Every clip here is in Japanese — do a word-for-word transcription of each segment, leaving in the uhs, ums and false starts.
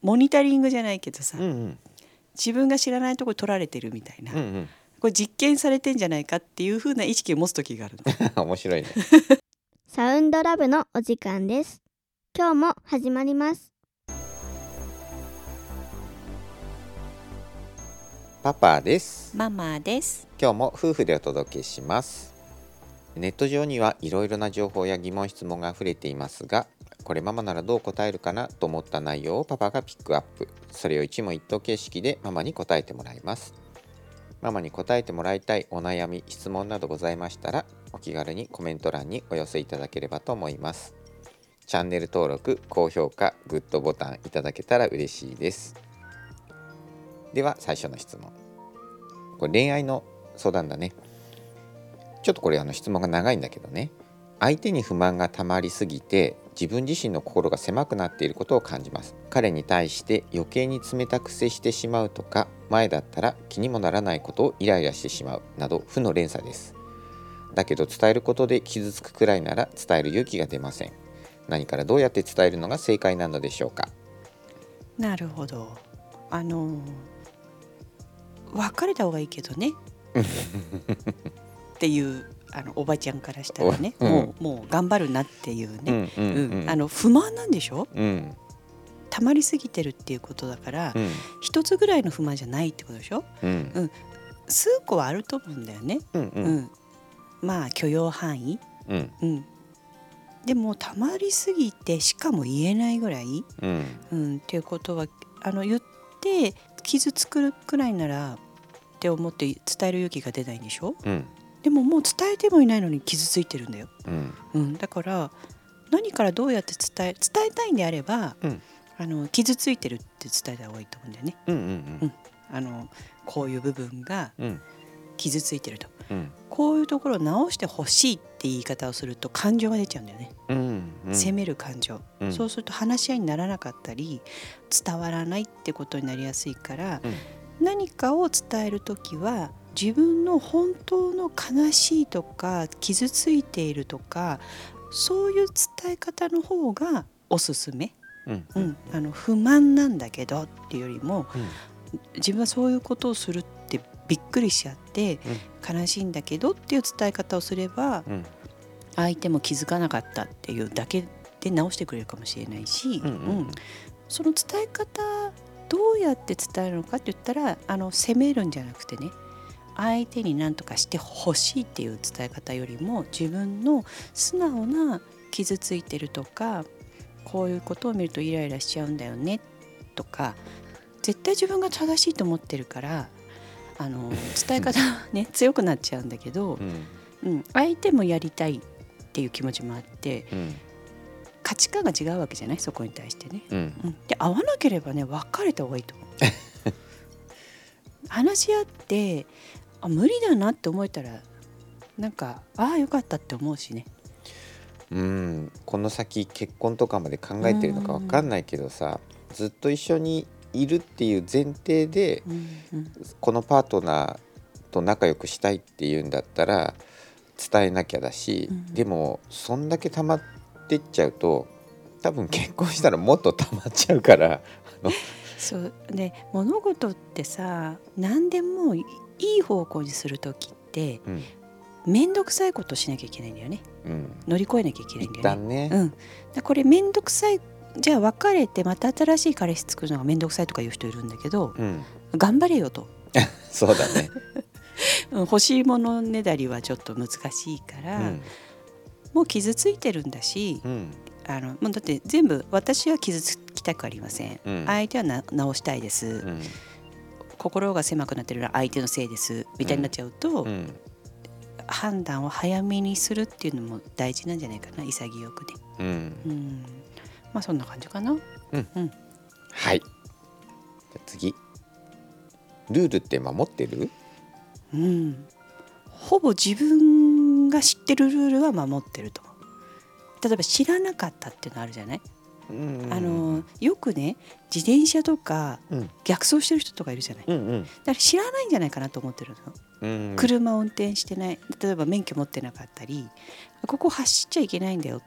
モニタリングじゃないけどさ、 うんうん、 自分が知らないところ取られてるみたいな、 うんうん、 これ実験されてんじゃないかっていう風な意識を持つ時があるの。 面白いね。 サウンドラブのお時間です。今日も始まります。 パパです。 ママです。 今日も夫婦でお届けします。ネット上にはいろいろな情報や疑問質問が溢れていますが、これママならどう答えるかなと思った内容をパパがピックアップ。それを一問一答形式でママに答えてもらいます。ママに答えてもらいたいお悩み、質問などございましたら、お気軽にコメント欄にお寄せいただければと思います。チャンネル登録、高評価、グッドボタンいただけたら嬉しいです。では最初の質問。これ恋愛の相談だね。ちょっとこれあの質問が長いんだけどね。相手に不満がたまりすぎて自分自身の心が狭くなっていることを感じます。彼に対して余計に冷たく接してしまうとか、前だったら気にもならないことをイライラしてしまうなど負の連鎖です。だけど伝えることで傷つくくらいなら伝える勇気が出ません。何からどうやって伝えるのが正解なのでしょうか。 なるほど。あの別れた方がいいけどねっていうあのおばちゃんからしたらね、うん、もうもう頑張るなっていうね、うんうんうん、あの不満なんでしょ、うん、溜まりすぎてるっていうことだから、うん、一つぐらいの不満じゃないってことでしょ、うんうん、数個はあると思うんだよね、うんうんうん、まあ許容範囲、うんうん、でも溜まりすぎてしかも言えないぐらい、うんうん、っていうことはあの言って傷つくくらいならって思って伝える勇気が出ないんでしょ、うん、でももう伝えてもいないのに傷ついてるんだよ、うんうん、だから何からどうやって伝え伝えたいんであれば、うん、あの傷ついてるって伝えた方がいいと思うんだよね、うんうんうんうん、あのこういう部分が傷ついてると、うん、こういうところを直してほしいって言い方をすると感情が出ちゃうんだよね、うんうん、責める感情、うん、そうすると話し合いにならなかったり伝わらないってことになりやすいから、うん、何かを伝えるときは自分の本当の悲しいとか傷ついているとかそういう伝え方の方がおすすめ、うんうん、あの不満なんだけどっていうよりも、うん、自分はそういうことをするってびっくりしちゃって、うん、悲しいんだけどっていう伝え方をすれば、うん、相手も気づかなかったっていうだけで直してくれるかもしれないし、うんうんうん、その伝え方どうやって伝えるのかって言ったらあの責めるんじゃなくてね、相手に何とかしてほしいっていう伝え方よりも自分の素直な傷ついてるとかこういうことを見るとイライラしちゃうんだよねとか絶対自分が正しいと思ってるからあの伝え方ね強くなっちゃうんだけど、うんうん、相手もやりたいっていう気持ちもあって、うん、価値観が違うわけじゃないそこに対してね、うんうん、で合わなければね別れた方がいいと思う話し合ってあ無理だなって思えたらなんかああよかったって思うしね。 うんこの先結婚とかまで考えてるのか分かんないけどさ、ずっと一緒にいるっていう前提で、うんうん、このパートナーと仲良くしたいっていうんだったら伝えなきゃだし、うん、でもそんだけ溜まってっちゃうと多分結婚したらもっと溜まっちゃうからそうで物事ってさ何でもいい方向にするときって、うん、めんどくさいことしなきゃいけないんだよね、うん、乗り越えなきゃいけないんだよね。一旦ね、うん、だこれめんどくさいじゃあ別れてまた新しい彼氏作るのがめんどくさいとか言う人いるんだけど、うん、頑張れよとそうだね欲しいものねだりはちょっと難しいから、うん、もう傷ついてるんだし、うん、あのもうだって全部私は傷つきたくありません、うん、相手はな直したいです、うん、心が狭くなってるのは相手のせいですみたいになっちゃうと、うん、判断を早めにするっていうのも大事なんじゃないかな、潔くね、うんうん、まあそんな感じかな、うんうん、はい。じゃ次ルールって守ってる？ うん、ほぼ自分が知ってるルールは守ってると思う。例えば知らなかったっていうのあるじゃない、うんうん、あのよくね自転車とか逆走してる人とかいるじゃない、うんうん、だから知らないんじゃないかなと思ってるの、うんうん、車を運転してない、例えば免許持ってなかったりここ走っちゃいけないんだよとか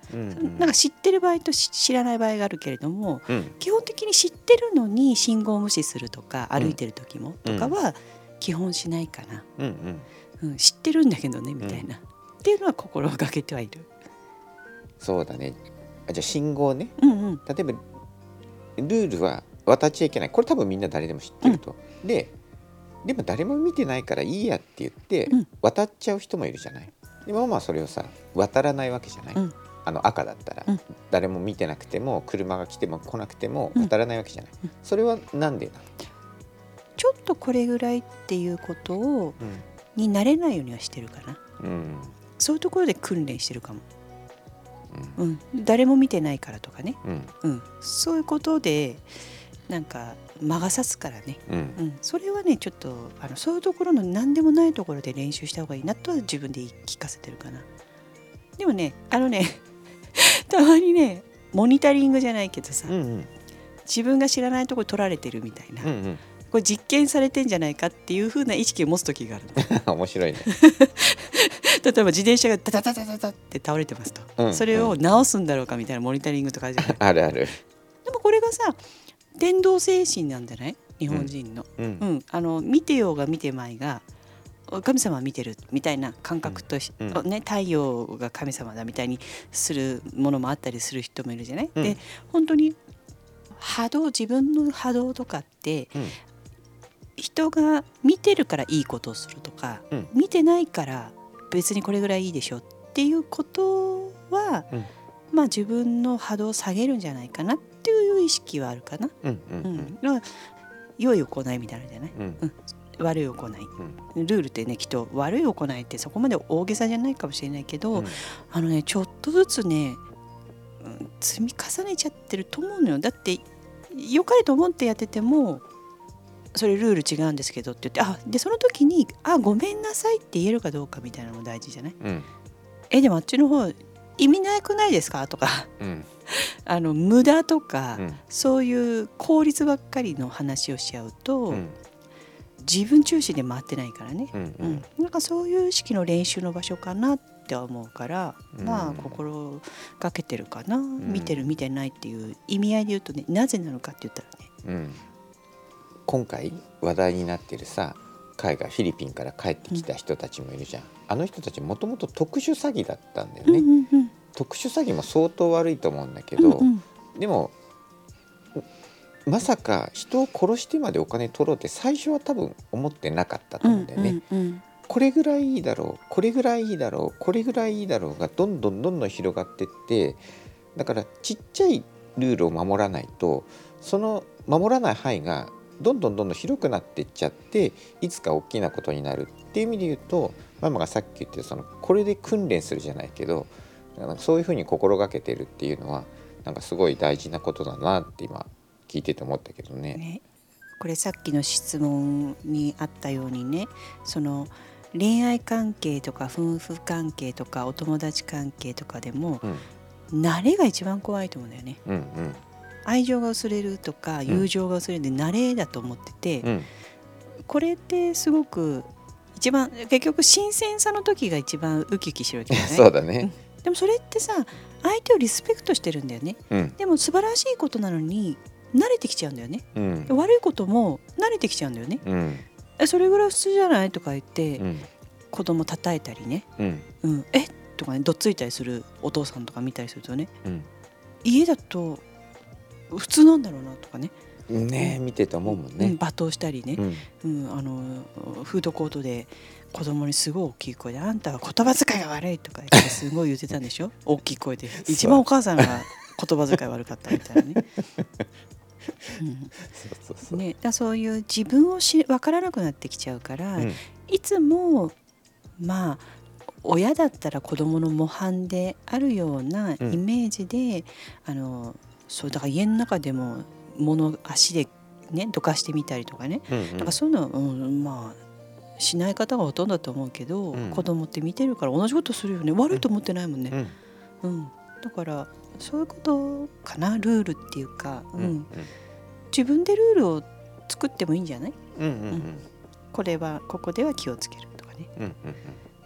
うんうん、 なんか知ってる場合と知らない場合があるけれども、 うん、 基本的に知ってるのに信号無視するとか歩いてる時もとかは基本しないかな、 うんうんうん、知ってるんだけどねみたいな、うん、っていうのは心がけてはいる。 そうだね。あ、じゃあ信号ね、 うんうん、 例えばルールは渡っちゃいけない、これ多分みんな誰でも知ってると、うん、ででも誰も見てないからいいやって言って、うん、渡っちゃう人もいるじゃない。でもまあそれをさ渡らないわけじゃない、うん、あの赤だったら、うん、誰も見てなくても車が来ても来なくても渡らないわけじゃない、うん、それはなんでなの？ ちょっとこれぐらいっていうことを、うん、になれないようにはしてるかな、うん、そういうところで訓練してるかも、うんうん、誰も見てないからとかね、うんうん、そういうことでなんか魔が差すからね、うんうん、それはねちょっとあのそういうところの何でもないところで練習した方がいいなとは自分で言い聞かせてるかな。でもねあのねたまにねモニタリングじゃないけどさ、うんうん、自分が知らないところ取られてるみたいな、うんうん、これ実験されてんじゃないかっていう風な意識を持つ時があるの面白いね例えば自転車がダダダダダダって倒れてますと、うん、それを直すんだろうかみたいなモニタリングとかあるじゃない、 あるある。 でもこれがさ伝道精神なんじゃない日本人の、うんうん、あの見てようが見てまいが神様は見てるみたいな感覚と、うんね、太陽が神様だみたいにするものもあったりする人もいるじゃない、うん、で本当に波動自分の波動とかって、うん、人が見てるからいいことをするとか、うん、見てないから別にこれぐらいいいでしょっていうことは、うん、まあ自分の波動を下げるんじゃないかなっていう意識はあるかな、うんうんうん、良い行いみたいなのじゃない、うんうん、悪い行い、うん、ルールってねきっと悪い行いってそこまで大げさじゃないかもしれないけど、うん、あのねちょっとずつね、うん、積み重ねちゃってると思うのよ。だって良かれと思ってやっててもそれルール違うんですけどって言ってあでその時にあごめんなさいって言えるかどうかみたいなのも大事じゃない、うん、えでもあっちの方意味なくないですかとか、うん、あの無駄とか、うん、そういう効率ばっかりの話をしちゃうと、うん、自分中心で回ってないからね、うんうんうん、なんかそういう意識の練習の場所かなって思うから、うん、まあ心がけてるかな、うん、見てる見てないっていう意味合いで言うとねなぜなのかって言ったらね、うん、 今回話題になってるさ海外フィリピンから帰ってきた人たちもいるじゃん、うん、あの人たちもともと特殊詐欺だったんだよね、うんうんうん、特殊詐欺も相当悪いと思うんだけど、うんうん、でもまさか人を殺してまでお金取ろうって最初は多分思ってなかったと思うんだよね、うんうんうん、これぐらいいいだろうこれぐらいいいだろうこれぐらいいいだろうがどんどんどんどん広がってって、だからちっちゃいルールを守らないとその守らない範囲がどんどんどんどん広くなっていっちゃっていつか大きなことになるっていう意味で言うと、ママがさっき言ってそのこれで訓練するじゃないけどなんかそういうふうに心がけてるっていうのはなんかすごい大事なことだなって今聞いてて思ったけど ね, ねこれさっきの質問にあったようにね、その恋愛関係とか夫婦関係とかお友達関係とかでも、うん、慣れが一番怖いと思うんだよね、うんうん、愛情が薄れるとか友情が薄れるんで慣れだと思ってて、うん、これってすごく一番結局新鮮さの時が一番ウキウキしてるわけじゃないそうだね、 うん、でもそれってさ相手をリスペクトしてるんだよね、うん、でも素晴らしいことなのに慣れてきちゃうんだよね、うん、悪いことも慣れてきちゃうんだよね、うん、それぐらい普通じゃないとか言って、うん、子供叩いたりね、うんうん、えとかねどっついたりするお父さんとか見たりするとね、うん、家だと普通なんだろうなとかねね、見てて思うもんね、 うん、罵倒したりね、うんうん、あのフードコートで子供にすごい大きい声であんたは言葉遣いが悪いとか言ってすごい言ってたんでしょ大きい声で一番お母さんが言葉遣い悪かったみたいなねうん、そうそうそう、ね、だそういう自分をし分からなくなってきちゃうから、うん、いつもまあ親だったら子供の模範であるようなイメージで、うん、あのそうだから家の中でも物足でねどかしてみたりとかね、うんうん、なんかそういうのは、うん、まあしない方がほとんどだと思うけど、うん、子供って見てるから同じことするよね。悪いと思ってないもんね、うんうん、だからそういうことかな、ルールっていうか、うんうん、自分でルールを作ってもいいんじゃない、うんうんうん、これはここでは気をつけるとかね、うんうんうん、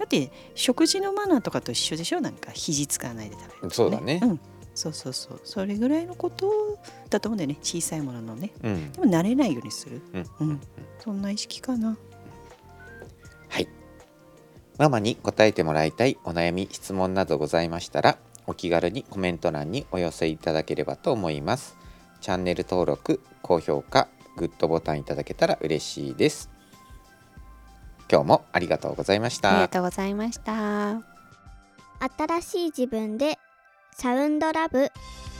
だって食事のマナーとかと一緒でしょ。なんか肘使わないで食べる、ね、 そうだね、 うん、そうそうそう、それぐらいのことだと思うんだよね。小さいもののね、 うん、 でも慣れないようにする、 うんうん、そんな意識かな。 はい。ママに答えてもらいたいお悩み質問などございましたら、お気軽にコメント欄にお寄せいただければと思います。チャンネル登録、高評価、グッドボタンいただけたら嬉しいです。今日もありがとうございました。 ありがとうございました。 新しい自分でサウンドラブ。